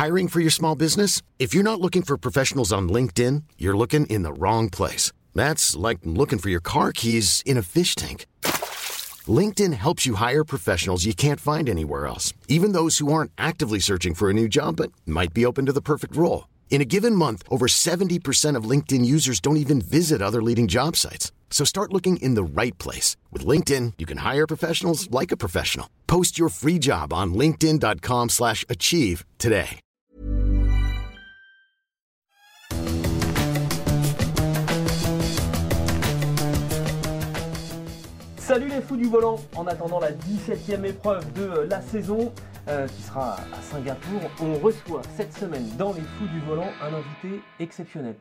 Hiring for your small business? If you're not looking for professionals on LinkedIn, you're looking in the wrong place. That's like looking for your car keys in a fish tank. LinkedIn helps you hire professionals you can't find anywhere else, even those who aren't actively searching for a new job but might be open to the perfect role. In a given month, over 70% of LinkedIn users don't even visit other leading job sites. So start looking in the right place. With LinkedIn, you can hire professionals like a professional. Post your free job on linkedin.com/achieve today. Salut les fous du volant. En attendant la 17e épreuve de la saison, qui sera à Singapour, on reçoit cette semaine dans les fous du volant un invité exceptionnel.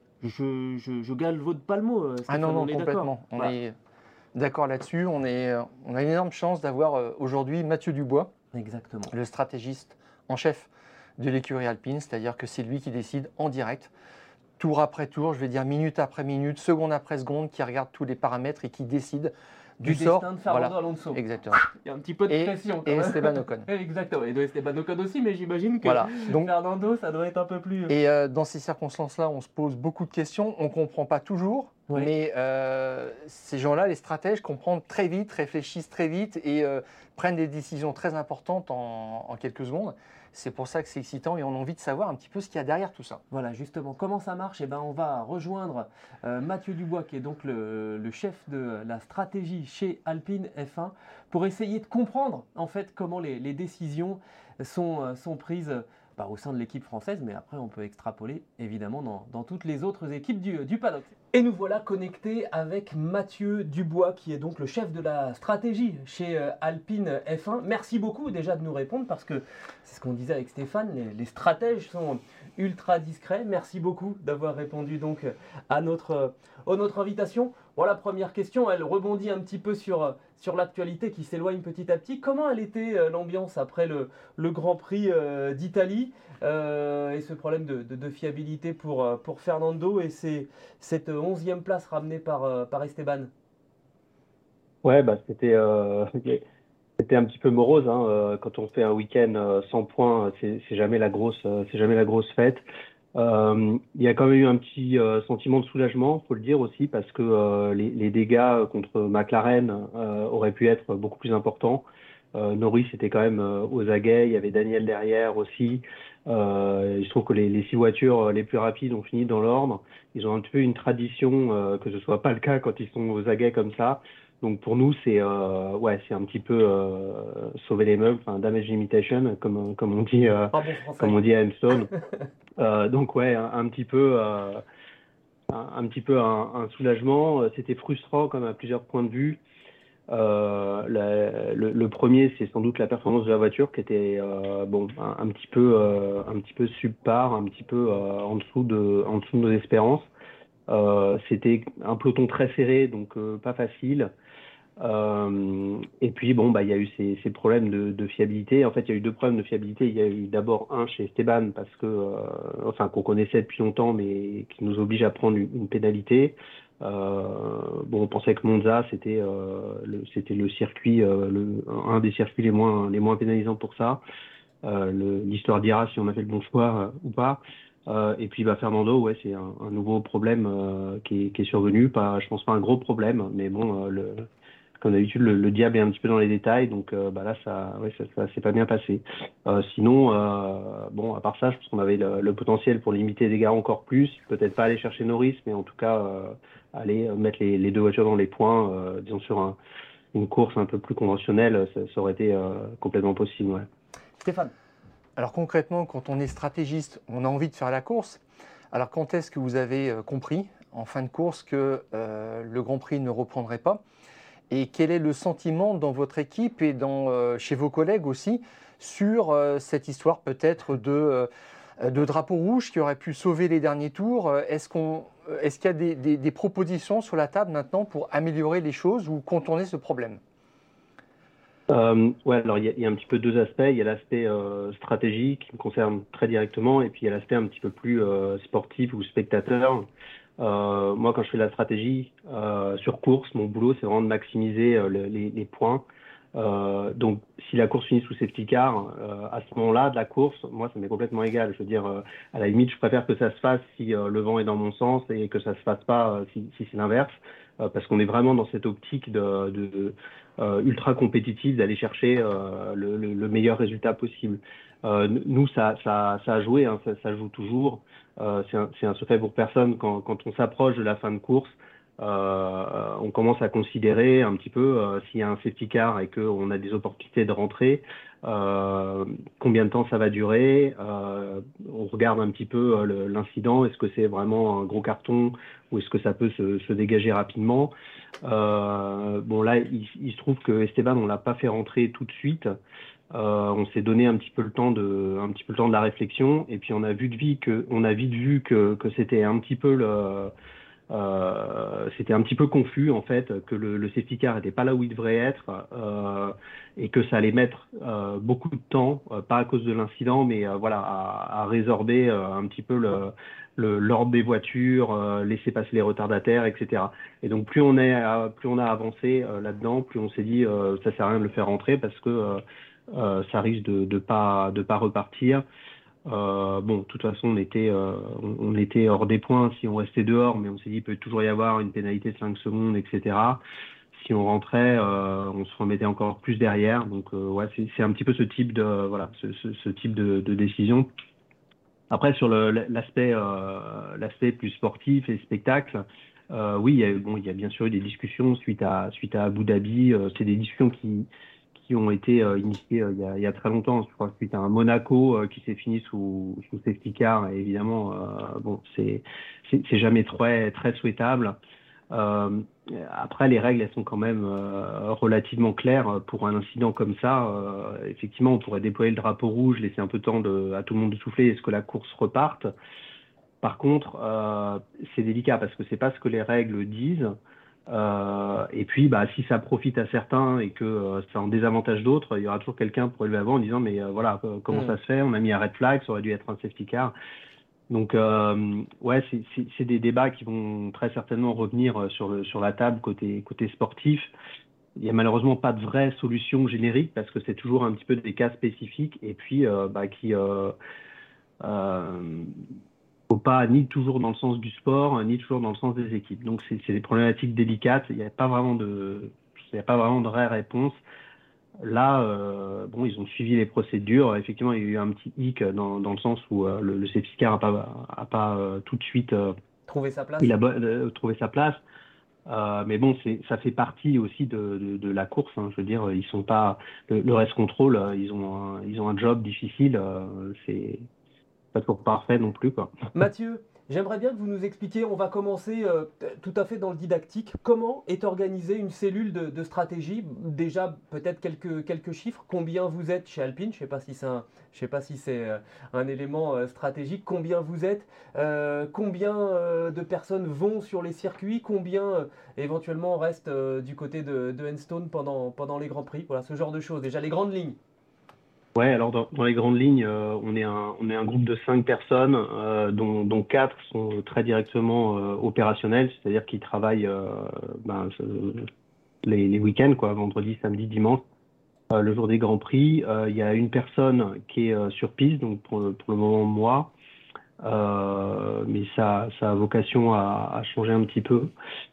Je galvaude pas le mot, Stéphane, non, on est complètement. d'accord. On est d'accord là-dessus. On a une énorme chance d'avoir aujourd'hui Mathieu Dubois, Exactement. le stratégiste en chef de l'écurie alpine, c'est-à-dire que c'est lui qui décide en direct, tour après tour, je vais dire minute après minute, seconde après seconde, qui regarde tous les paramètres et qui décide du sort. Destin de Fernando Alonso. Exactement. Il y a un petit peu de pression. Et Esteban Ocon. Exactement. Et de Esteban Ocon aussi, mais j'imagine que Donc, Fernando, ça doit être un peu plus... Et dans ces circonstances-là, on se pose beaucoup de questions, on ne comprend pas toujours, mais ces gens-là, les stratèges, comprennent très vite, réfléchissent très vite et prennent des décisions très importantes en quelques secondes. C'est pour ça que c'est excitant et on a envie de savoir un petit peu ce qu'il y a derrière tout ça. Voilà, justement, comment ça marche? On va rejoindre Mathieu Dubois, qui est donc le chef de la stratégie chez Alpine F1, pour essayer de comprendre en fait comment les décisions sont prises au sein de l'équipe française, mais après on peut extrapoler évidemment dans toutes les autres équipes du paddock. Et nous voilà connectés avec Mathieu Dubois, qui est donc le chef de la stratégie chez Alpine F1. Merci beaucoup déjà de nous répondre, parce que c'est ce qu'on disait avec Stéphane, les stratèges sont ultra discrets. Merci beaucoup d'avoir répondu donc à notre invitation. Bon, la première question, elle rebondit un petit peu sur l'actualité qui s'éloigne petit à petit. Comment elle était l'ambiance après le Grand Prix d'Italie et ce problème de fiabilité pour Fernando et cette 11e place ramenée par Esteban? Ouais, c'était un petit peu morose, hein. Quand on fait un week-end sans points, c'est jamais la grosse fête. Il y a quand même eu un petit sentiment de soulagement, faut le dire aussi, parce que les dégâts contre McLaren auraient pu être beaucoup plus importants. Norris était quand même aux aguets, il y avait Daniel derrière aussi. Je trouve que les 6 voitures les plus rapides ont fini dans l'ordre. Ils ont un petit peu une tradition que ce soit pas le cas quand ils sont aux aguets comme ça. Donc pour nous, c'est un petit peu sauver les meubles, enfin damage limitation, comme on dit à Hamilton. Donc un petit peu un soulagement. C'était frustrant comme à plusieurs points de vue. Le premier, c'est sans doute la performance de la voiture qui était un petit peu subpar, un petit peu en dessous de nos espérances. C'était un peloton très serré, donc pas facile. Et puis il y a eu ces problèmes de fiabilité. En fait, il y a eu 2 problèmes de fiabilité. Il y a eu d'abord un chez Esteban, parce que qu'on connaissait depuis longtemps, mais qui nous oblige à prendre une pénalité. On pensait que Monza c'était le circuit, un des circuits les moins pénalisants pour ça. L'histoire dira si on a fait le bon choix ou pas. Et puis Fernando, c'est un nouveau problème qui est survenu. Je pense pas un gros problème, mais bon, comme d'habitude, le diable est un petit peu dans les détails, donc là ça s'est pas bien passé. Sinon, à part ça, je pense qu'on avait le potentiel pour limiter les dégâts encore plus. Peut-être pas aller chercher Norris, mais en tout cas aller mettre les 2 voitures dans les points, disons sur une course un peu plus conventionnelle, ça aurait été complètement possible. Ouais. Stéphane. Alors concrètement, quand on est stratégiste, on a envie de faire la course. Alors quand est-ce que vous avez compris en fin de course que le Grand Prix ne reprendrait pas? Et quel est le sentiment dans votre équipe et chez vos collègues aussi sur cette histoire peut-être de drapeau rouge qui aurait pu sauver les derniers tours? Est-ce qu'il y a des propositions sur la table maintenant pour améliorer les choses ou contourner ce problème? Alors il y a un petit peu 2 aspects. Il y a l'aspect stratégique qui me concerne très directement, et puis il y a l'aspect un petit peu plus sportif ou spectateur. Moi, quand je fais de la stratégie sur course, mon boulot, c'est vraiment de maximiser les points. Donc, si la course finit sous safety car, à ce moment-là de la course, moi, ça m'est complètement égal. Je veux dire, à la limite, je préfère que ça se fasse si le vent est dans mon sens et que ça se fasse pas si c'est l'inverse, parce qu'on est vraiment dans cette optique ultra compétitive d'aller chercher le meilleur résultat possible. Nous, ça a joué, hein, ça joue toujours. C'est un secret pour personne. Quand on s'approche de la fin de course, on commence à considérer un petit peu s'il y a un safety car et qu'on a des opportunités de rentrer, combien de temps ça va durer. On regarde un petit peu l'incident. Est-ce que c'est vraiment un gros carton ou est-ce que ça peut se dégager rapidement? Bon, là, il se trouve que Esteban, on l'a pas fait rentrer tout de suite. On s'est donné un petit peu le temps de la réflexion, et puis on a vite vu que c'était un petit peu c'était un petit peu confus en fait, que le safety car était pas là où il devrait être, et que ça allait mettre beaucoup de temps, pas à cause de l'incident, mais voilà, à résorber un petit peu l'ordre des voitures, laisser passer les retardataires, etc. Et donc plus on a avancé là-dedans, plus on s'est dit ça sert à rien de le faire rentrer parce que ça risque de pas repartir. Bon, de toute façon, on était hors des points si on restait dehors, mais on s'est dit il peut toujours y avoir une pénalité de 5 secondes, etc. Si on rentrait, on se remettait encore plus derrière. Donc, ouais, c'est un petit peu ce type ce type de décision. Après, sur l'aspect plus sportif et spectacle, oui, il y a bien sûr eu des discussions suite à Abu Dhabi. C'est des discussions qui ont été initiées il y a très longtemps. Je crois que suite à un Monaco qui s'est fini sous safety car. Et évidemment, bon, c'est jamais très souhaitable. Euh, Après, les règles, elles sont quand même relativement claires pour un incident comme ça. Effectivement, on pourrait déployer le drapeau rouge, laisser un peu de temps à tout le monde de souffler et ce que la course reparte. Par contre, c'est délicat parce que c'est pas ce que les règles disent. Et puis, bah, si ça profite à certains et que ça en désavantage d'autres, il y aura toujours quelqu'un pour élever avant en disant mais voilà, comment ça se fait? On a mis un red flag, ça aurait dû être un safety car. Donc, ouais, c'est des débats qui vont très certainement revenir sur la table côté sportif. Il y a malheureusement pas de vraie solution générique parce que c'est toujours un petit peu des cas spécifiques et puis euh, faut pas ni toujours dans le sens du sport ni toujours dans le sens des équipes. Donc c'est des problématiques délicates. Il n'y a pas vraiment de vraie réponse. Là, bon, ils ont suivi les procédures. Effectivement, il y a eu un petit hic dans le sens où le safety car a pas tout de suite Trouver sa place. il a trouvé sa place. Mais bon, ça fait partie aussi de la course, hein. Je veux dire, ils sont pas le race control, ils ont un job difficile. C'est pas toujours parfait non plus, quoi. Mathieu, j'aimerais bien que vous nous expliquiez, on va commencer tout à fait dans le didactique, comment est organisée une cellule de stratégie. Déjà, peut-être quelques chiffres. Combien vous êtes chez Alpine? Je ne sais pas si c'est un élément stratégique. Combien vous êtes? Combien de personnes vont sur les circuits? Combien éventuellement restent du côté de Enstone pendant les Grands Prix? Voilà, ce genre de choses. Déjà, les grandes lignes. Ouais, alors dans les grandes lignes, on est un groupe de 5 personnes, dont 4 sont très directement opérationnels, c'est-à-dire qu'ils travaillent les week-ends, quoi, vendredi, samedi, dimanche, le jour des Grands Prix. Il y a une personne qui est sur piste, donc pour le moment moi, mais ça a vocation à changer un petit peu.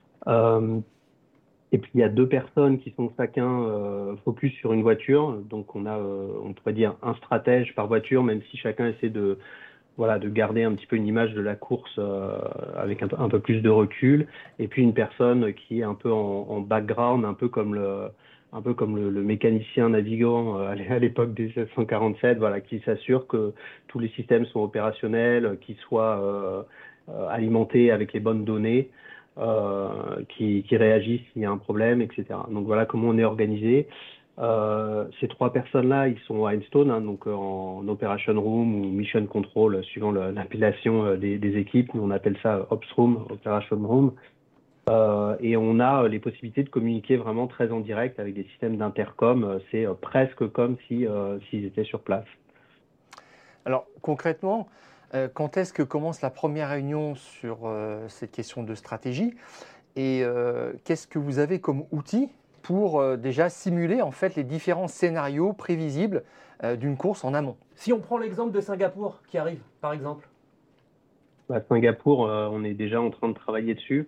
Et puis il y a 2 personnes qui sont chacun focus sur une voiture. Donc on a, on pourrait dire, un stratège par voiture, même si chacun essaie de garder un petit peu une image de la course avec un peu plus de recul. Et puis une personne qui est un peu en background, un peu comme le mécanicien navigant à l'époque des 747, voilà, qui s'assure que tous les systèmes sont opérationnels, qu'ils soient alimentés avec les bonnes données. Qui réagissent s'il y a un problème, etc. Donc voilà comment on est organisé. Ces 3 personnes-là, ils sont à Enstone, hein, donc en Operation Room ou Mission Control, suivant l'appellation des équipes. Nous, on appelle ça Ops Room, Operation Room. Et on a les possibilités de communiquer vraiment très en direct avec des systèmes d'intercom. C'est presque comme s'ils étaient sur place. Alors concrètement, quand est-ce que commence la première réunion sur cette question de stratégie et qu'est-ce que vous avez comme outil pour déjà simuler en fait les différents scénarios prévisibles d'une course en amont. Si on prend l'exemple de Singapour qui arrive, par exemple. Singapour, on est déjà en train de travailler dessus.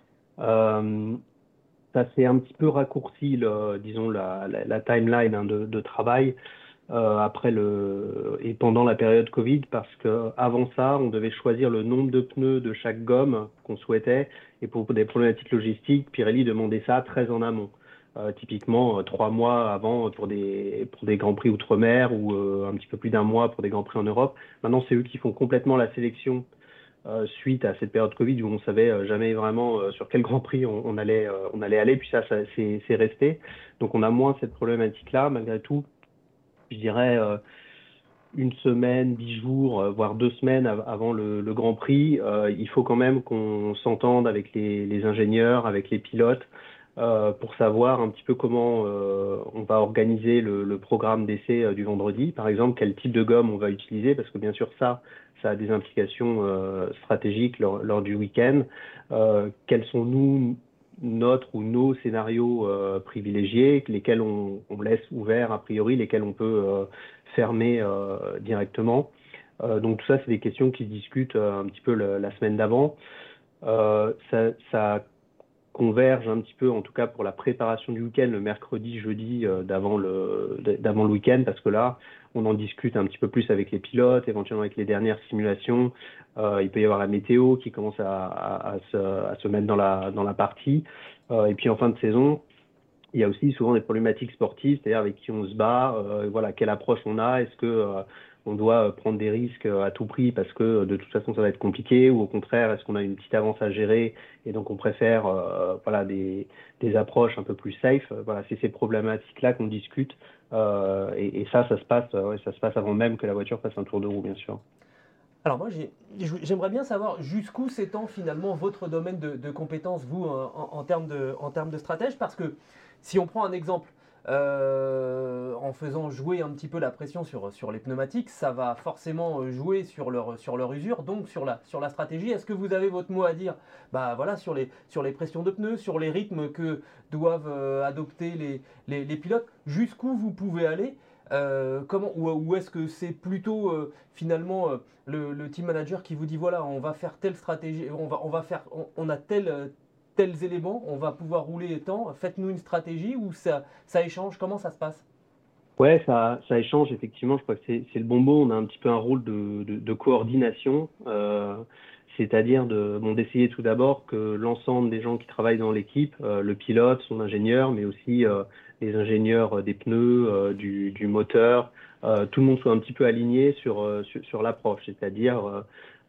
Ça s'est un petit peu raccourci, disons, la timeline hein, de travail après et pendant la période Covid, parce qu'avant ça, on devait choisir le nombre de pneus de chaque gomme qu'on souhaitait, et pour des problématiques logistiques, Pirelli demandait ça très en amont. Typiquement 3 mois avant pour des Grands Prix Outre-mer ou un petit peu plus d'1 mois pour des Grands Prix en Europe. Maintenant, c'est eux qui font complètement la sélection suite à cette période Covid où on savait jamais vraiment sur quel Grand Prix on allait aller. Puis ça c'est resté. Donc on a moins cette problématique-là. Malgré tout, je dirais 1 semaine, 10 jours, voire 2 semaines avant le Grand Prix, il faut quand même qu'on s'entende avec les ingénieurs, avec les pilotes, pour savoir un petit peu comment on va organiser le programme d'essai du vendredi. Par exemple, quel type de gomme on va utiliser, parce que bien sûr ça a des implications stratégiques lors du week-end. Quels sont nos scénarios privilégiés, lesquels on laisse ouverts a priori, lesquels on peut fermer directement. Donc tout ça, c'est des questions qui se discutent un petit peu la semaine d'avant. Ça converge un petit peu, en tout cas pour la préparation du week-end, le mercredi, jeudi d'avant le week-end, parce que là, on en discute un petit peu plus avec les pilotes, éventuellement avec les dernières simulations. Il peut y avoir la météo qui commence à se mettre dans la partie. Et puis en fin de saison, il y a aussi souvent des problématiques sportives, c'est-à-dire avec qui on se bat, voilà, quelle approche on a, est-ce que on doit prendre des risques à tout prix parce que de toute façon ça va être compliqué, ou au contraire, est-ce qu'on a une petite avance à gérer et donc on préfère voilà, des approches un peu plus safe. Voilà, c'est ces problématiques-là qu'on discute et ça se passe avant même que la voiture fasse un tour de roue, bien sûr. Alors moi, j'aimerais bien savoir jusqu'où s'étend finalement votre domaine de compétences, vous, en termes de stratège, parce que si on prend un exemple, en faisant jouer un petit peu la pression sur les pneumatiques, ça va forcément jouer sur leur usure, donc sur la stratégie. Est-ce que vous avez votre mot à dire voilà, sur les pressions de pneus, sur les rythmes que doivent adopter les pilotes, jusqu'où vous pouvez aller? Ou est-ce que c'est plutôt finalement le team manager qui vous dit voilà, on va faire telle stratégie, on a tels éléments, on va pouvoir rouler tant, faites-nous une stratégie, ou ça échange, comment ça se passe? Ouais, ça échange effectivement, je crois que c'est le bon mot. On a un petit peu un rôle de coordination, c'est-à-dire d'essayer tout d'abord que l'ensemble des gens qui travaillent dans l'équipe, le pilote, son ingénieur, mais aussi les ingénieurs des pneus, du moteur, tout le monde soit un petit peu aligné sur l'approche, c'est-à-dire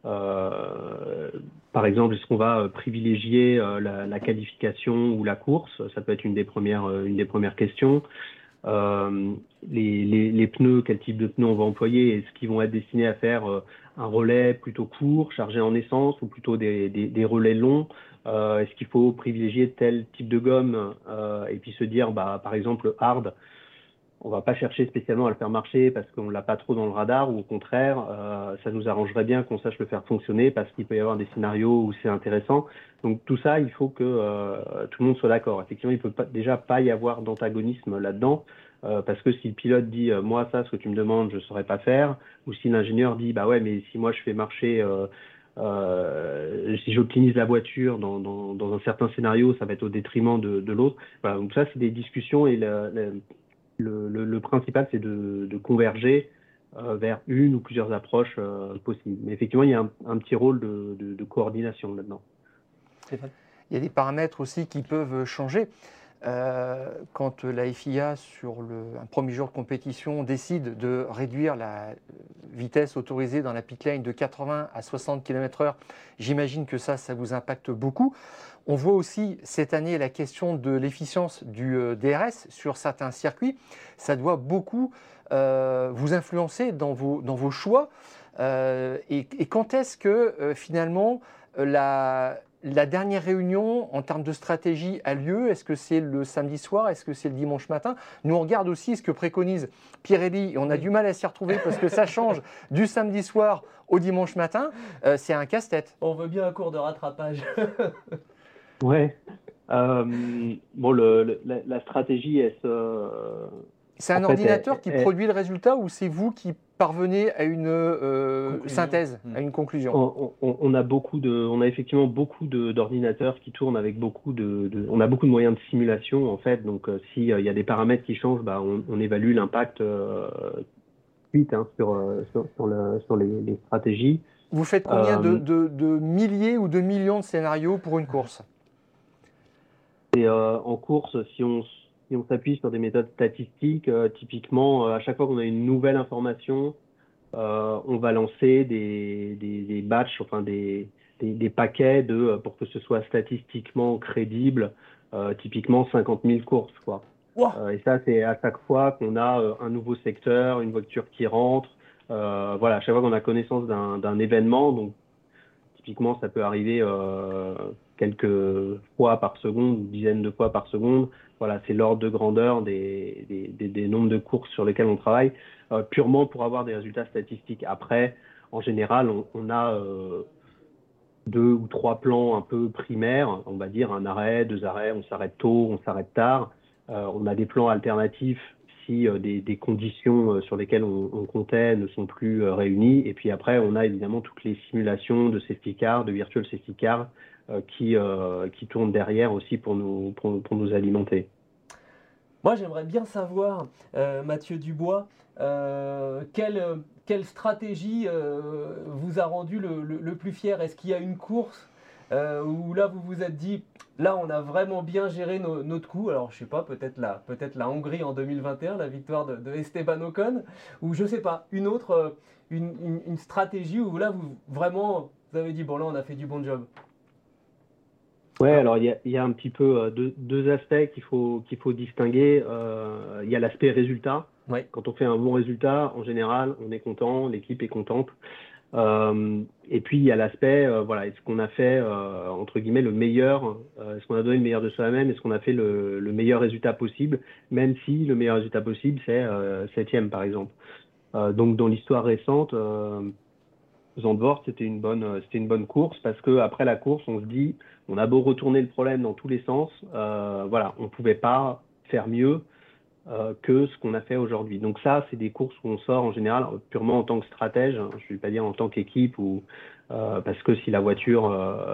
par exemple, est-ce qu'on va privilégier la qualification ou la course? Ça peut être une des premières questions. Les pneus, quel type de pneus on va employer? Est-ce qu'ils vont être destinés à faire un relais plutôt court, chargé en essence, ou plutôt des relais longs? Est-ce qu'il faut privilégier tel type de gomme et puis se dire, par exemple, le hard, on va pas chercher spécialement à le faire marcher parce qu'on l'a pas trop dans le radar, ou au contraire, ça nous arrangerait bien qu'on sache le faire fonctionner parce qu'il peut y avoir des scénarios où c'est intéressant. Donc tout ça, il faut que tout le monde soit d'accord. Effectivement, il peut déjà pas y avoir d'antagonisme là-dedans, parce que si le pilote dit moi ça, ce que tu me demandes, je saurais pas faire, ou si l'ingénieur dit ouais, mais si moi je fais marcher si j'optimise la voiture dans un certain scénario, ça va être au détriment de l'autre. Voilà, donc ça, c'est des discussions, et le principal, c'est de converger vers une ou plusieurs approches possibles. Mais effectivement, il y a un petit rôle de coordination là-dedans. Il y a des paramètres aussi qui peuvent changer. Quand la FIA, sur un premier jour de compétition, décide de réduire la vitesse autorisée dans la pit lane de 80 à 60 km/h, j'imagine que ça vous impacte beaucoup. On voit aussi cette année la question de l'efficience du DRS sur certains circuits. Ça doit beaucoup vous influencer dans vos choix. Et quand est-ce que finalement la dernière réunion en termes de stratégie a lieu? Est-ce que c'est le samedi soir? Est-ce que c'est le dimanche matin? Nous, on regarde aussi ce que préconise Pirelli, et on a du mal à s'y retrouver parce que ça change du samedi soir au dimanche matin. C'est un casse-tête. On veut bien un cours de rattrapage. Ouais. Bon, la stratégie, C'est un en fait, ordinateur qui produit le résultat ou c'est vous qui parvenez à une synthèse, à une conclusion? on a effectivement beaucoup d'ordinateurs qui tournent avec on a beaucoup de moyens de simulation en fait. Donc, s'il y a des paramètres qui changent, on évalue l'impact suite sur les stratégies. Vous faites combien de milliers ou de millions de scénarios pour une course? En course, si on s'appuie sur des méthodes statistiques, typiquement, à chaque fois qu'on a une nouvelle information, on va lancer des batchs, enfin des paquets pour que ce soit statistiquement crédible, typiquement 50 000 courses, quoi. Wow. Et ça, c'est à chaque fois qu'on a un nouveau secteur, une voiture qui rentre. Voilà, à chaque fois qu'on a connaissance d'un événement, donc typiquement, ça peut arriver quelques fois par seconde, une dizaine de fois par seconde. Voilà, c'est l'ordre de grandeur des nombres de courses sur lesquelles on travaille, purement pour avoir des résultats statistiques. Après, en général, on a 2 ou 3 plans un peu primaires, on va dire un arrêt, 2 arrêts, on s'arrête tôt, on s'arrête tard. On a des plans alternatifs si des conditions sur lesquelles on comptait ne sont plus réunies. Et puis après, on a évidemment toutes les simulations de safety car, de virtual safety car, qui tournent derrière aussi pour nous alimenter. Moi, j'aimerais bien savoir, Mathieu Dubois, quelle stratégie vous a rendu le plus fier? Est-ce qu'il y a une course où là, vous vous êtes dit, là, on a vraiment bien géré notre coup? Alors, je sais pas, peut-être la Hongrie en 2021, la victoire de Esteban Ocon, ou je sais pas, une autre, une stratégie où là, vous avez dit, bon, là, on a fait du bon job. Ouais, alors il y a un petit peu deux aspects qu'il faut distinguer. Il y a l'aspect résultat. Ouais. Quand on fait un bon résultat, en général, on est content, l'équipe est contente. Et puis il y a l'aspect, voilà, est-ce qu'on a fait entre guillemets le meilleur, est-ce qu'on a donné le meilleur de soi-même, est-ce qu'on a fait le meilleur résultat possible, même si le meilleur résultat possible c'est 7e par exemple. Donc dans l'histoire récente, Zandvoort, c'était une bonne course parce que après la course, on se dit, on a beau retourner le problème dans tous les sens, voilà, on pouvait pas faire mieux que ce qu'on a fait aujourd'hui. Donc ça, c'est des courses où on sort en général purement en tant que stratège. Hein, je ne vais pas dire en tant qu'équipe ou parce que si la voiture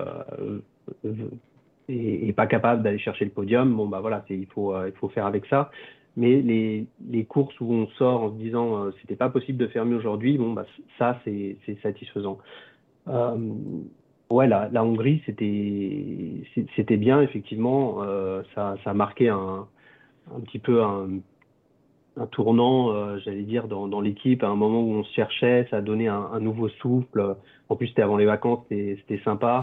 est pas capable d'aller chercher le podium, bon bah voilà, il faut faire avec ça. Mais les courses où on sort en se disant c'était pas possible de faire mieux aujourd'hui, bon bah ça c'est satisfaisant. Ouais, la Hongrie c'était bien effectivement, ça a marqué un petit peu un tournant, j'allais dire dans l'équipe, à un moment où on se cherchait, ça a donné un nouveau souffle. En plus c'était avant les vacances, c'était sympa.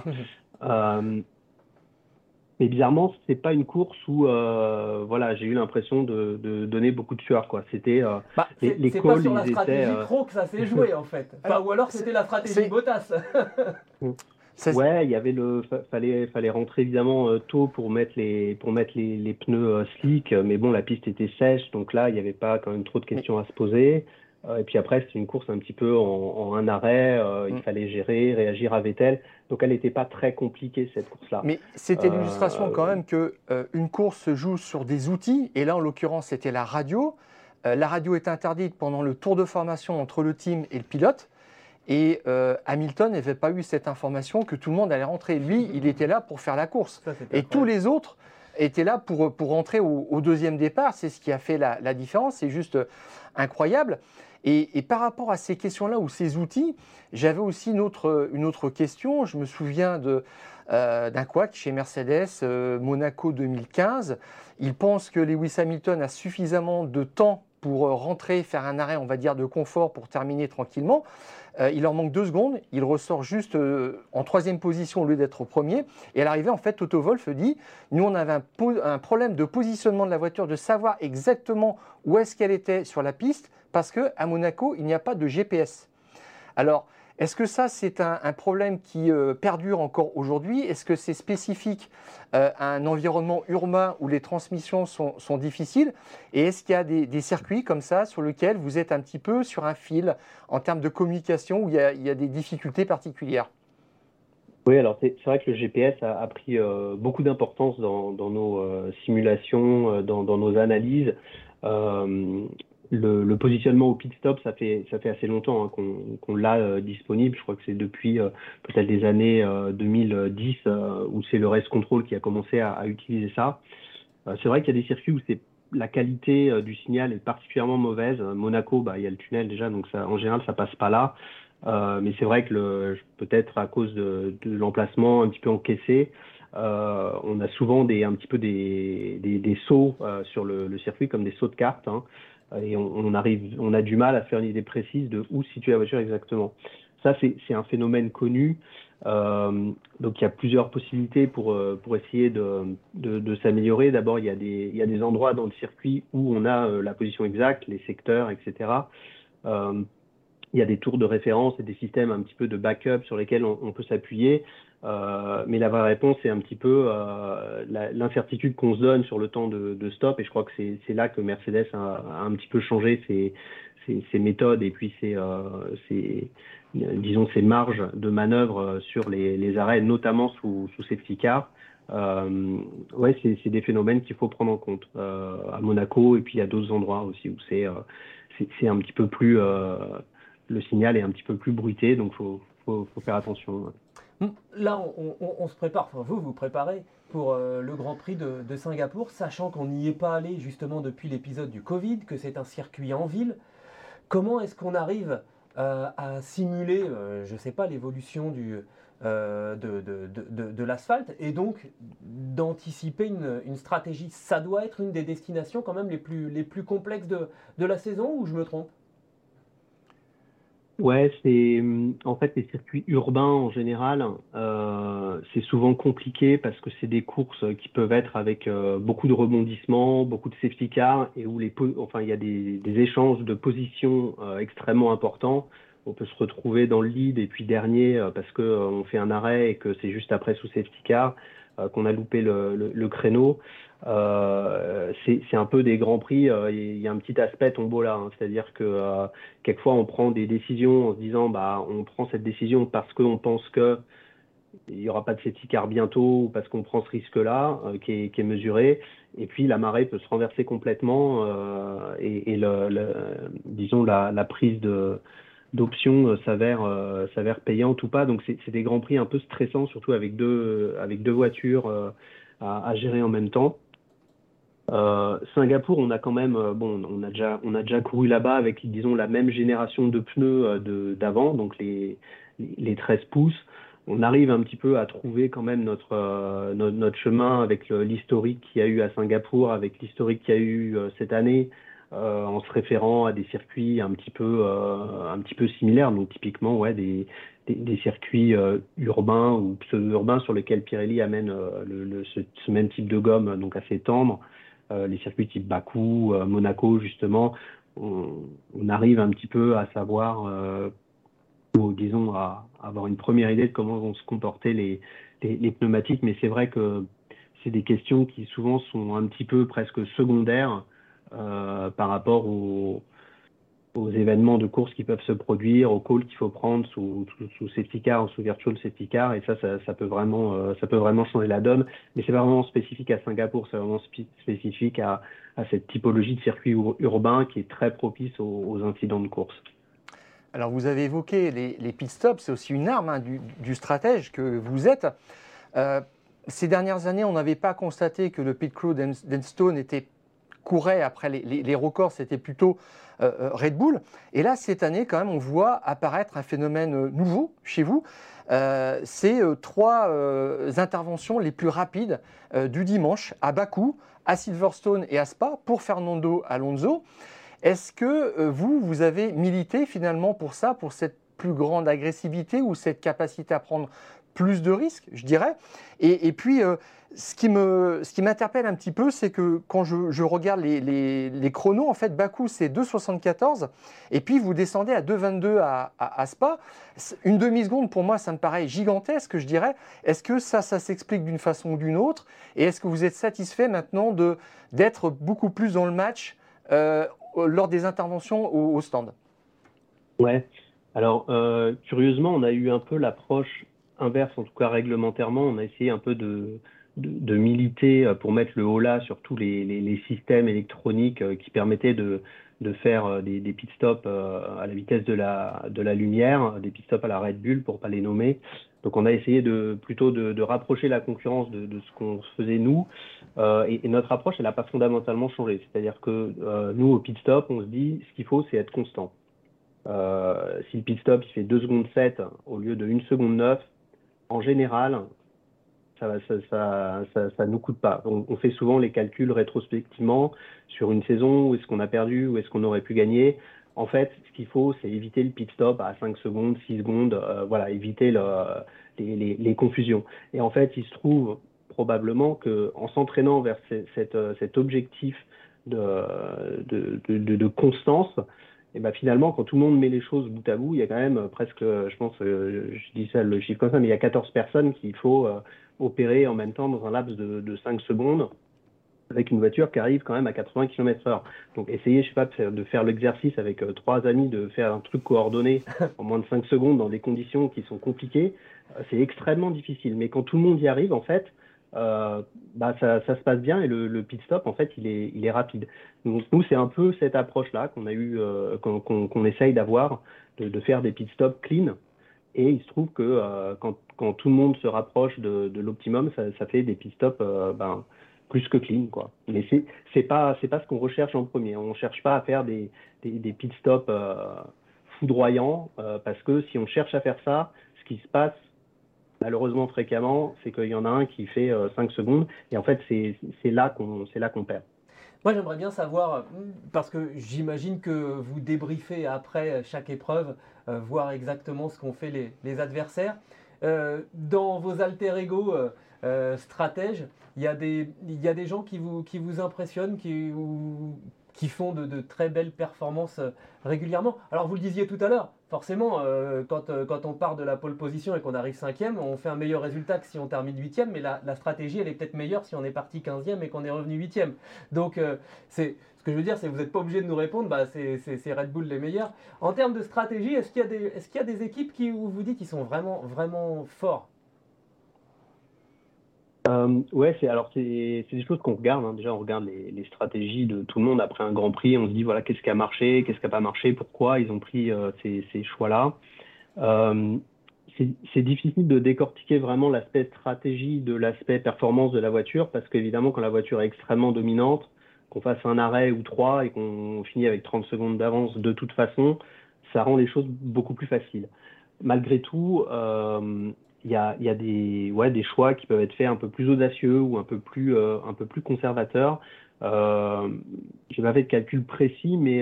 Mais bizarrement, c'est pas une course où voilà, j'ai eu l'impression de donner beaucoup de sueur, quoi. C'était les c'est calls, pas sur la ils stratégie étaient pro que ça s'est joué en fait. Enfin, ou alors c'était la stratégie Bottas. Ouais, il y avait fallait rentrer évidemment tôt pour mettre les pneus slick, mais bon, la piste était sèche, donc là, il n'y avait pas quand même trop de questions à se poser. Et puis après, c'était une course un petit peu en un arrêt, il fallait gérer, réagir à Vettel. Donc elle n'était pas très compliquée cette course-là. Mais c'était l'illustration quand même que une course se joue sur des outils, et là en l'occurrence c'était la radio. La radio est interdite pendant le tour de formation entre le team et le pilote. Et Hamilton n'avait pas eu cette information que tout le monde allait rentrer. Lui, il était là pour faire la course. Et tous les autres étaient là pour rentrer au deuxième départ. C'est ce qui a fait la différence. C'est juste incroyable. Et par rapport à ces questions-là ou ces outils, j'avais aussi une autre question. Je me souviens d'un couac chez Mercedes, Monaco 2015. Il pense que Lewis Hamilton a suffisamment de temps pour rentrer, faire un arrêt, on va dire, de confort pour terminer tranquillement. Il leur manque 2 secondes, il ressort juste en 3e position au lieu d'être au premier. Et à l'arrivée, en fait, Toto Wolff dit, nous on avait un problème de positionnement de la voiture, de savoir exactement où est-ce qu'elle était sur la piste, parce qu'à Monaco, il n'y a pas de GPS. Alors, est-ce que ça, c'est un problème qui perdure encore aujourd'hui? Est-ce que c'est spécifique à un environnement urbain où les transmissions sont difficiles? Et est-ce qu'il y a des circuits comme ça sur lesquels vous êtes un petit peu sur un fil en termes de communication où il y a des difficultés particulières? Oui, alors c'est vrai que le GPS a pris beaucoup d'importance dans nos simulations, dans nos analyses. Euh, le positionnement au pit stop, ça fait assez longtemps hein, qu'on l'a disponible. Je crois que c'est depuis peut-être les années 2010 où c'est le race control qui a commencé à utiliser ça. C'est vrai qu'il y a des circuits où la qualité du signal est particulièrement mauvaise. Monaco, bah, il y a le tunnel déjà, donc ça, en général, ça passe pas là. Mais c'est vrai que peut-être à cause de l'emplacement un petit peu encaissé, on a souvent un petit peu des sauts sur le circuit, comme des sauts de cartes, hein, et on a du mal à faire une idée précise de où se situe la voiture exactement. Ça, c'est un phénomène connu. Donc il y a plusieurs possibilités pour essayer de s'améliorer. D'abord, il y a des endroits dans le circuit où on a la position exacte, les secteurs, etc. Euh, il y a des tours de référence et des systèmes un petit peu de backup sur lesquels on peut s'appuyer. Mais la vraie réponse, c'est un petit peu l'incertitude qu'on se donne sur le temps de stop. Et je crois que c'est là que Mercedes a un petit peu changé ses méthodes et puis disons, ses marges de manœuvre sur les arrêts, notamment sous safety car. Ouais, c'est des phénomènes qu'il faut prendre en compte à Monaco et puis à d'autres endroits aussi où c'est un petit peu plus le signal est un petit peu plus bruité, donc faut faire attention. Là, on se prépare, enfin vous préparez pour le Grand Prix de Singapour, sachant qu'on n'y est pas allé justement depuis l'épisode du Covid, que c'est un circuit en ville. Comment est-ce qu'on arrive à simuler, je ne sais pas, l'évolution de l'asphalte et donc d'anticiper une stratégie? Ça doit être une des destinations quand même les plus complexes de la saison, ou je me trompe? Ouais, en fait les circuits urbains en général, c'est souvent compliqué parce que c'est des courses qui peuvent être avec beaucoup de rebondissements, beaucoup de safety cars et où enfin il y a des échanges de positions extrêmement importants. On peut se retrouver dans le lead et puis dernier parce que on fait un arrêt et que c'est juste après sous safety car qu'on a loupé le créneau. C'est un peu des grands prix. Il y a un petit aspect tombola, hein, c'est-à-dire que quelquefois, on prend des décisions en se disant, bah, on prend cette décision parce qu'on pense que il y aura pas de safety car bientôt ou parce qu'on prend ce risque-là qui est mesuré. Et puis la marée peut se renverser complètement et disons la prise d'option s'avère payante ou pas. Donc c'est des grands prix un peu stressants, surtout avec deux voitures à gérer en même temps. Singapour, on a quand même, bon, on a déjà couru là-bas avec, disons, la même génération de pneus d'avant, donc les 13 pouces. On arrive un petit peu à trouver quand même notre chemin avec l'historique qu'il y a eu à Singapour, avec l'historique qu'il y a eu cette année, en se référant à des circuits un petit peu similaires. Donc typiquement, ouais, des circuits urbains ou pseudo-urbains sur lesquels Pirelli amène ce même type de gomme, donc assez tendre. Les circuits type Bakou, Monaco, justement, on arrive un petit peu à savoir, ou disons à avoir une première idée de comment vont se comporter les pneumatiques, mais c'est vrai que c'est des questions qui souvent sont un petit peu presque secondaires par rapport aux événements de course qui peuvent se produire, aux calls qu'il faut prendre sous safety car ou sous virtual safety car, et ça peut vraiment changer la donne. Mais c'est pas vraiment spécifique à Singapour, c'est vraiment spécifique à cette typologie de circuit urbain qui est très propice aux incidents de course. Alors vous avez évoqué les pit stops, c'est aussi une arme hein, du stratège que vous êtes. Ces dernières années, on n'avait pas constaté que le pit crew d'Enstone courait après les records, c'était plutôt Red Bull. Et là, cette année, quand même, on voit apparaître un phénomène nouveau chez vous. C'est 3 interventions les plus rapides du dimanche à Bakou, à Silverstone et à Spa pour Fernando Alonso. Est-ce que vous avez milité finalement pour ça, pour cette plus grande agressivité ou cette capacité à prendre plus de risques, je dirais. Et puis, ce qui m'interpelle un petit peu, c'est que quand je regarde les chronos, en fait, Bakou, c'est 2,74, et puis vous descendez à 2,22 à Spa. Une demi-seconde, pour moi, ça me paraît gigantesque, je dirais. Est-ce que ça s'explique d'une façon ou d'une autre? Et est-ce que vous êtes satisfait maintenant d'être beaucoup plus dans le match lors des interventions au stand? Ouais. Alors, curieusement, on a eu un peu l'approche inverse, en tout cas réglementairement, on a essayé un peu de militer pour mettre le holà sur tous les systèmes électroniques qui permettaient de faire des pit stops à la vitesse de la lumière, des pit stops à la Red Bull pour pas les nommer. Donc on a essayé plutôt de rapprocher la concurrence de ce qu'on faisait nous, et notre approche elle n'a pas fondamentalement changé. C'est-à-dire que nous au pit stop on se dit ce qu'il faut c'est être constant. Si le pit stop il fait 2 secondes 7 au lieu de 1 seconde 9, en général ça nous coûte pas. On fait souvent les calculs rétrospectivement sur une saison, où est-ce qu'on a perdu, où est-ce qu'on aurait pu gagner. En fait, ce qu'il faut, c'est éviter le pit stop à 5 secondes, 6 secondes, voilà, éviter les confusions. Et en fait, il se trouve probablement qu'en s'entraînant vers cet objectif de constance, et ben finalement, quand tout le monde met les choses bout à bout, il y a quand même presque, je pense, je dis ça le chiffre comme ça, mais il y a 14 personnes qu'il faut opérer en même temps dans un laps de 5 secondes avec une voiture qui arrive quand même à 80 km/h. Donc essayez, je sais pas, de faire l'exercice avec 3 amis, de faire un truc coordonné en moins de 5 secondes dans des conditions qui sont compliquées, c'est extrêmement difficile. Mais quand tout le monde y arrive, en fait, ça se passe bien et le pit stop, en fait, il est rapide. Donc nous, c'est un peu cette approche-là qu'on a eu, qu'on essaye d'avoir, de faire des pit stops clean. Et il se trouve que quand tout le monde se rapproche de l'optimum, ça fait des pit stops plus que clean, quoi. Mais c'est pas ce qu'on recherche en premier. On cherche pas à faire des pit stops foudroyants, parce que si on cherche à faire ça, ce qui se passe malheureusement fréquemment, c'est qu'il y en a un qui fait 5 secondes et en fait c'est là qu'on perd. Moi, j'aimerais bien savoir, parce que j'imagine que vous débriefez après chaque épreuve, voir exactement ce qu'ont fait les adversaires. Dans vos alter ego stratèges, il y a des gens qui vous impressionnent, qui font de très belles performances régulièrement. Alors vous le disiez tout à l'heure, forcément, quand on part de la pole position et qu'on arrive 5e, on fait un meilleur résultat que si on termine 8e, mais la stratégie elle est peut-être meilleure si on est parti 15e et qu'on est revenu 8e. Donc ce que je veux dire, c'est que vous n'êtes pas obligé de nous répondre, c'est Red Bull les meilleurs. En termes de stratégie, est-ce qu'il y a des équipes où vous dites qu'ils sont vraiment, vraiment forts? Ouais, c'est des choses qu'on regarde, hein. Déjà, on regarde les stratégies de tout le monde après un Grand Prix. On se dit, voilà, qu'est-ce qui a marché, qu'est-ce qui n'a pas marché, pourquoi ils ont pris ces choix-là. C'est difficile de décortiquer vraiment l'aspect stratégie de l'aspect performance de la voiture, parce qu'évidemment, quand la voiture est extrêmement dominante, qu'on fasse un arrêt ou 3 et qu'on finit avec 30 secondes d'avance de toute façon, ça rend les choses beaucoup plus faciles. Malgré tout, il y a des choix qui peuvent être faits un peu plus audacieux ou un peu plus conservateurs. J'ai pas fait de calcul précis, mais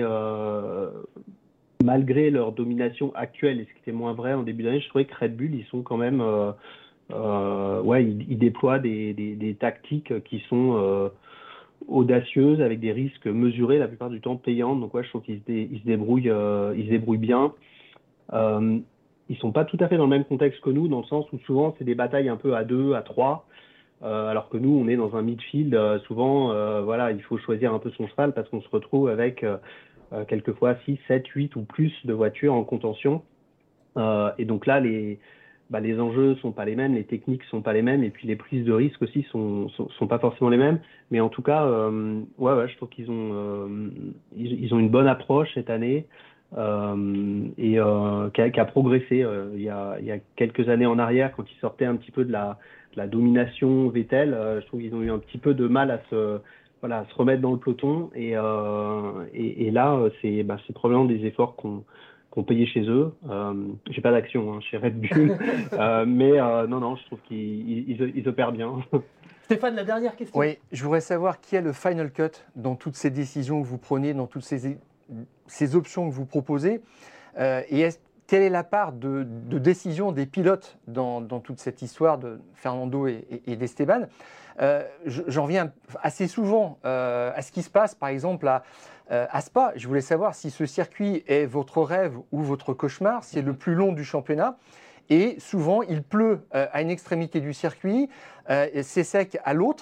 malgré leur domination actuelle, et ce qui était moins vrai en début d'année, je trouvais que Red Bull, ils sont quand même, ils déploient des tactiques qui sont audacieuses avec des risques mesurés, la plupart du temps payants. Donc ouais, je trouve qu'ils se débrouillent bien. Ils sont pas tout à fait dans le même contexte que nous, dans le sens où souvent c'est des batailles un peu à 2, à 3, alors que nous on est dans un midfield, souvent voilà, il faut choisir un peu son cheval parce qu'on se retrouve avec quelquefois 6, 7, 8 ou plus de voitures en contention, et donc là les enjeux sont pas les mêmes, les techniques sont pas les mêmes, et puis les prises de risque aussi sont pas forcément les mêmes, mais en tout cas ouais, je trouve qu'ils ont ils ont une bonne approche cette année. Qui a progressé il y a quelques années en arrière, quand ils sortaient un petit peu de la domination Vettel. Je trouve qu'ils ont eu un petit peu de mal à se remettre dans le peloton, et là c'est probablement des efforts qu'on payait chez eux. J'ai pas d'action chez Red Bull, mais non, je trouve qu'ils opèrent bien. Stéphane, la dernière question. Oui, je voudrais savoir qui est le final cut dans toutes ces décisions que vous prenez, dans toutes ces options que vous proposez, et quelle est la part de décision des pilotes dans toute cette histoire de Fernando et d'Esteban? J'en viens assez souvent à ce qui se passe par exemple à Spa. Je voulais savoir si ce circuit est votre rêve ou votre cauchemar. C'est le plus long du championnat et souvent il pleut à une extrémité du circuit, c'est sec à l'autre.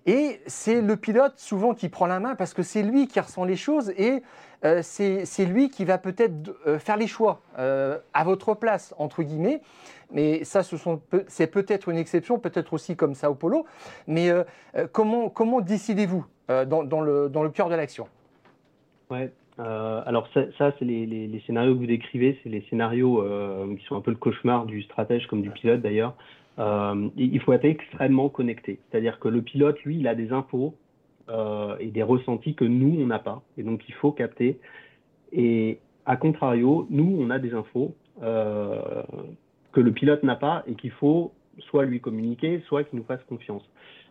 Et c'est le pilote souvent qui prend la main parce que c'est lui qui ressent les choses et c'est lui qui va peut-être faire les choix à votre place, entre guillemets. Mais ça, c'est peut-être une exception, peut-être aussi comme Sao Paulo. Mais comment décidez-vous dans le cœur de l'action? Ouais. Alors ça c'est les scénarios que vous décrivez, c'est les scénarios qui sont un peu le cauchemar du stratège comme du pilote d'ailleurs. Il faut être extrêmement connecté. C'est-à-dire que le pilote, lui, il a des infos et des ressentis que nous, on n'a pas. Et donc, il faut capter. Et à contrario, nous, on a des infos que le pilote n'a pas et qu'il faut soit lui communiquer, soit qu'il nous fasse confiance.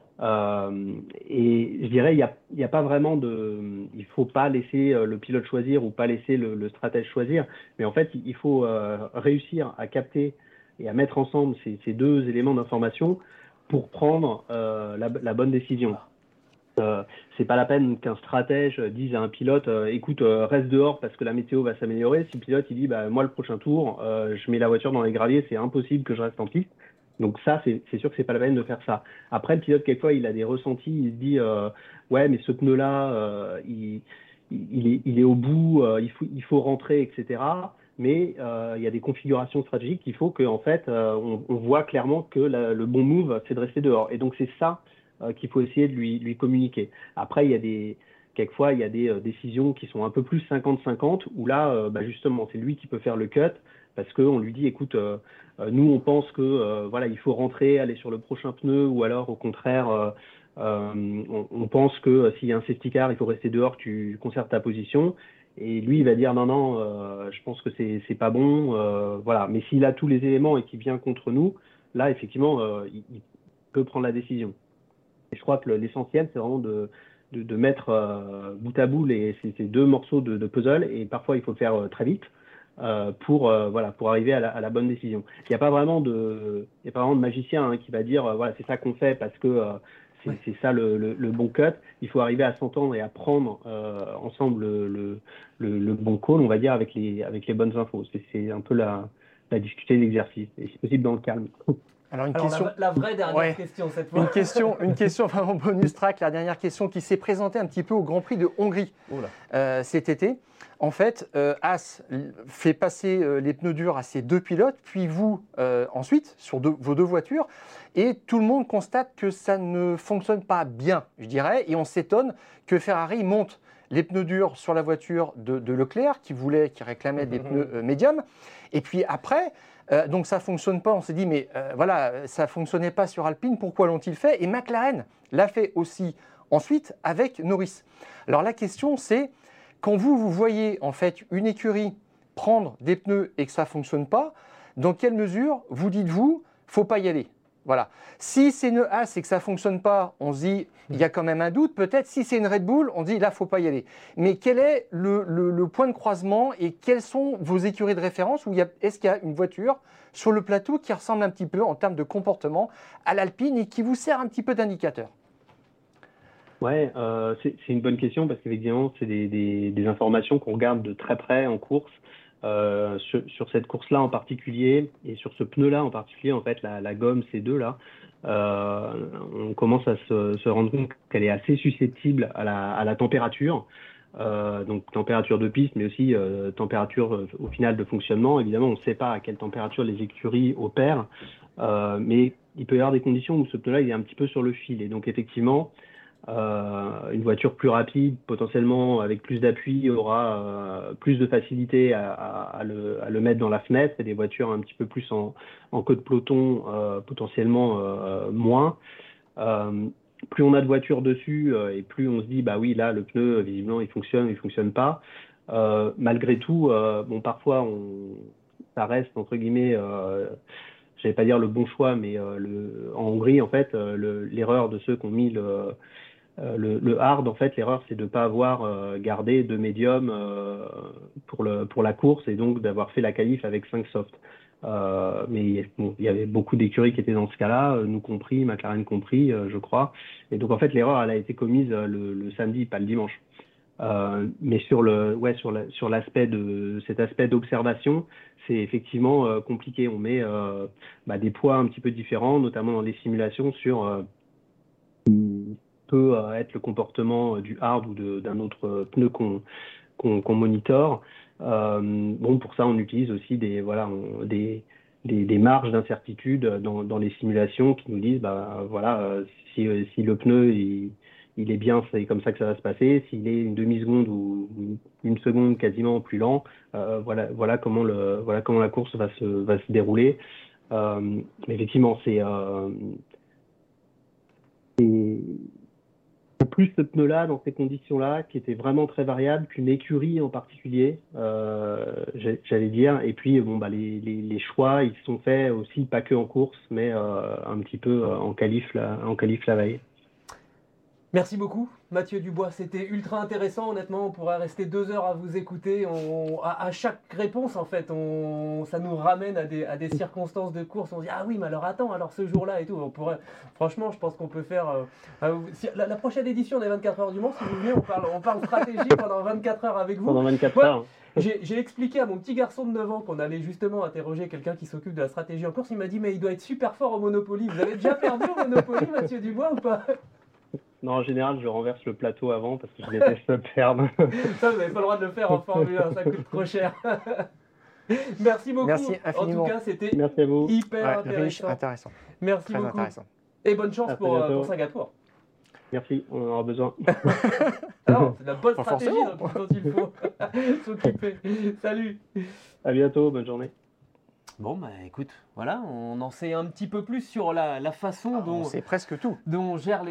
Et je dirais, il y a pas vraiment il faut pas laisser le pilote choisir ou pas laisser le stratège choisir. Mais en fait, il faut réussir à capter et à mettre ensemble ces deux éléments d'information pour prendre la bonne décision. C'est pas la peine qu'un stratège dise à un pilote écoute, reste dehors parce que la météo va s'améliorer. Si le pilote il dit bah, moi le prochain tour, je mets la voiture dans les graviers, c'est impossible que je reste en piste. Donc ça, c'est sûr que c'est pas la peine de faire ça. Après, le pilote, quelquefois, il a des ressentis, il se dit ouais, mais ce pneu-là, il est au bout, il faut rentrer, etc. Mais il y a des configurations stratégiques qu'il faut qu'en fait, on voit clairement que le bon move, c'est de rester dehors. Et donc c'est ça qu'il faut essayer de lui communiquer. Après, quelquefois, il y a des décisions qui sont un peu plus 50-50, où là, bah, justement, c'est lui qui peut faire le cut, parce qu'on lui dit, écoute, nous, on pense que voilà, il faut rentrer, aller sur le prochain pneu, ou alors, au contraire, on pense que s'il y a un safety car, il faut rester dehors, tu conserves ta position. Et lui, il va dire, non, non, je pense que c'est pas bon. Voilà. Mais s'il a tous les éléments et qu'il vient contre nous, là, effectivement, il peut prendre la décision. Et je crois que l'essentiel, c'est vraiment de mettre bout à bout ces deux morceaux de puzzle. Et parfois, il faut le faire très vite pour arriver à la bonne décision. Il n'y a pas vraiment de magicien qui va dire voilà, c'est ça qu'on fait parce que c'est ça le bon cut. Il faut arriver à s'entendre et à prendre ensemble le bon call, on va dire, avec les bonnes infos. C'est un peu la difficulté de l'exercice. Et c'est possible dans le calme. Alors, question... la vraie dernière question cette fois. Une question vraiment bonus track, la dernière question qui s'est présentée un petit peu au Grand Prix de Hongrie cet été. En fait, Haas fait passer les pneus durs à ses deux pilotes, puis vous ensuite sur vos deux voitures, et tout le monde constate que ça ne fonctionne pas bien, je dirais, et on s'étonne que Ferrari monte les pneus durs sur la voiture de Leclerc, qui réclamait des pneus médiums, et puis après... donc ça ne fonctionne pas, on s'est dit mais voilà, ça ne fonctionnait pas sur Alpine, pourquoi l'ont-ils fait? Et McLaren l'a fait aussi ensuite avec Norris. Alors la question c'est, quand vous voyez en fait une écurie prendre des pneus et que ça ne fonctionne pas, dans quelle mesure vous dites-vous, faut pas y aller? Voilà. Si c'est une Haas et que ça ne fonctionne pas, on se dit, il y a quand même un doute. Peut-être si c'est une Red Bull, on dit, là, il ne faut pas y aller. Mais quel est le point de croisement et quelles sont vos écuries de référence? Est-ce qu'il y a une voiture sur le plateau qui ressemble un petit peu en termes de comportement à l'Alpine et qui vous sert un petit peu d'indicateur? Ouais, c'est une bonne question parce qu'effectivement, c'est des informations qu'on regarde de très près en course. Sur cette course-là en particulier et sur ce pneu-là en particulier, en fait, la gomme C2 là, on commence à se rendre compte qu'elle est assez susceptible à la température, donc température de piste, mais aussi température au final de fonctionnement. Évidemment, on ne sait pas à quelle température les écuries opèrent, mais il peut y avoir des conditions où ce pneu-là il est un petit peu sur le fil. Et donc effectivement, une voiture plus rapide, potentiellement avec plus d'appui, aura plus de facilité à le mettre dans la fenêtre, et des voitures un petit peu plus en queue de peloton, potentiellement moins. Plus on a de voitures dessus et plus on se dit bah oui, là le pneu visiblement il fonctionne pas. Malgré tout, bon parfois ça reste entre guillemets je vais pas dire le bon choix, mais en Hongrie en fait l'erreur de ceux qui ont mis le hard, en fait, l'erreur, c'est de ne pas avoir gardé de médium pour la course et donc d'avoir fait la qualif avec 5 softs. Mais bon, il y avait beaucoup d'écuries qui étaient dans ce cas-là, nous compris, McLaren compris, je crois. Et donc, en fait, l'erreur, elle a été commise le samedi, pas le dimanche. Mais sur cet aspect d'observation, c'est effectivement compliqué. On met des poids un petit peu différents, notamment dans les simulations sur peut être le comportement du hard ou d'un autre pneu qu'on monitore. Pour ça, on utilise aussi des marges d'incertitude dans les simulations qui nous disent, si le pneu il est bien, c'est comme ça que ça va se passer. S'il est une demi-seconde ou une seconde quasiment plus lent, voilà comment la course va se dérouler. Effectivement, c'est plus ce pneu-là, dans ces conditions-là, qui était vraiment très variable, qu'une écurie en particulier, j'allais dire. Et puis, les choix, ils sont faits aussi, pas que en course, mais un petit peu en qualif la veille. Merci beaucoup, Mathieu Dubois. C'était ultra intéressant, honnêtement. On pourrait rester 2 heures à vous écouter. À chaque réponse, en fait, ça nous ramène à des circonstances de course. On se dit, ah oui, mais alors attends, alors ce jour-là et tout. Franchement, je pense qu'on peut faire... la prochaine édition des 24 heures du Mans, si vous voulez, on parle stratégie pendant 24 heures avec vous. Pendant 24 heures. J'ai expliqué à mon petit garçon de 9 ans qu'on allait justement interroger quelqu'un qui s'occupe de la stratégie en course. Il m'a dit, mais il doit être super fort au Monopoly. Vous avez déjà perdu au Monopoly, Mathieu Dubois, ou pas ? Non, en général, je renverse le plateau avant parce que je déteste perdre. Ça, vous n'avez pas le droit de le faire en Formule 1, ça coûte trop cher. Merci beaucoup. Merci infiniment. En tout cas, c'était hyper intéressant. Merci très beaucoup. Intéressant. Et bonne chance pour Singapour. Merci, on en aura besoin. Alors, c'est la bonne stratégie dont il faut s'occuper. Salut. À bientôt, bonne journée. Bon, écoute, voilà, on en sait un petit peu plus sur la façon dont... On sait presque tout. Dont on gère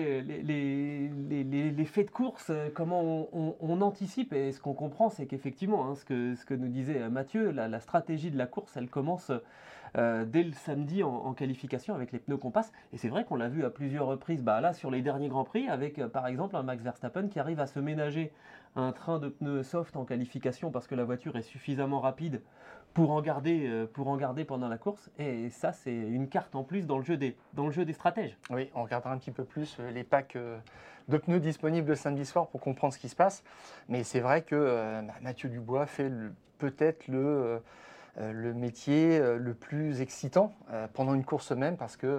les faits de course, comment on anticipe. Et ce qu'on comprend, c'est qu'effectivement, ce que nous disait Mathieu, la stratégie de la course, elle commence dès le samedi en qualification avec les pneus qu'on passe. Et c'est vrai qu'on l'a vu à plusieurs reprises, là, sur les derniers Grands Prix, avec par exemple un Max Verstappen qui arrive à se ménager un train de pneus soft en qualification parce que la voiture est suffisamment rapide pour en garder pendant la course. Et ça, c'est une carte en plus dans le jeu des stratèges. Oui, on regardera un petit peu plus les packs de pneus disponibles le samedi soir pour comprendre ce qui se passe. Mais c'est vrai que Mathieu Dubois fait peut-être le métier le plus excitant pendant une course même parce qu'il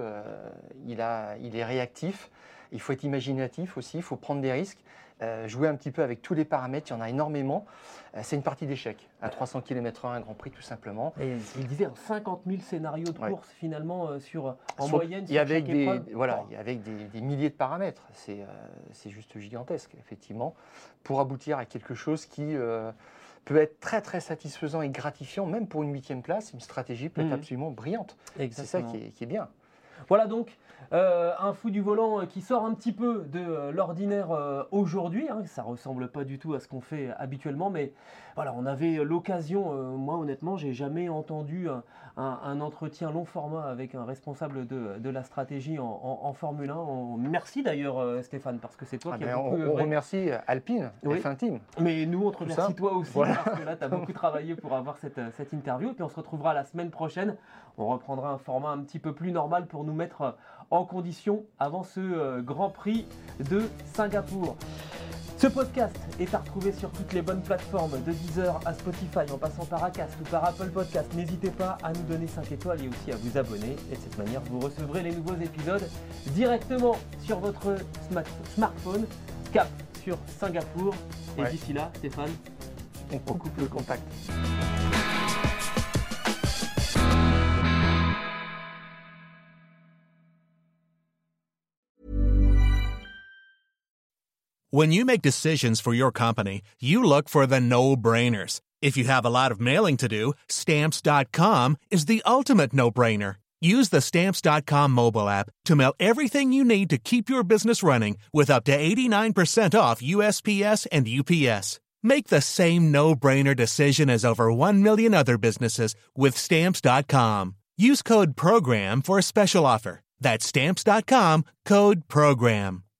est réactif. Il faut être imaginatif aussi, il faut prendre des risques. Jouer un petit peu avec tous les paramètres, il y en a énormément. C'est une partie d'échec à 300 km/h, un Grand Prix tout simplement. Et il disait 50 000 scénarios de course finalement en moyenne sur avec chaque épreuve. Avec des milliers de paramètres. C'est juste gigantesque, effectivement, pour aboutir à quelque chose qui peut être très très satisfaisant et gratifiant, même pour une 8e place. Une stratégie peut être absolument brillante. Exactement. C'est ça qui est bien. Voilà donc un fou du volant qui sort un petit peu de l'ordinaire aujourd'hui. Ça ressemble pas du tout à ce qu'on fait habituellement, mais voilà, on avait l'occasion. Moi, honnêtement, j'ai jamais entendu un entretien long format avec un responsable de la stratégie en Formule 1. Merci d'ailleurs, Stéphane, parce que c'est toi qui as beaucoup œuvré. On remercie Alpine, F1 Team. Mais nous, on te remercie toi aussi, parce que là, tu as beaucoup travaillé pour avoir cette interview. Et puis, on se retrouvera la semaine prochaine. On reprendra un format un petit peu plus normal pour nous mettre en condition avant ce Grand Prix de Singapour. Ce podcast est à retrouver sur toutes les bonnes plateformes, de Deezer à Spotify, en passant par Acast ou par Apple Podcast. N'hésitez pas à nous donner 5 étoiles et aussi à vous abonner. Et de cette manière, vous recevrez les nouveaux épisodes directement sur votre smartphone. Cap sur Singapour. Et d'ici là, Stéphane, on coupe le contact. When you make decisions for your company, you look for the no-brainers. If you have a lot of mailing to do, Stamps.com is the ultimate no-brainer. Use the Stamps.com mobile app to mail everything you need to keep your business running with up to 89% off USPS and UPS. Make the same no-brainer decision as over 1 million other businesses with Stamps.com. Use code PROGRAM for a special offer. That's Stamps.com, code PROGRAM.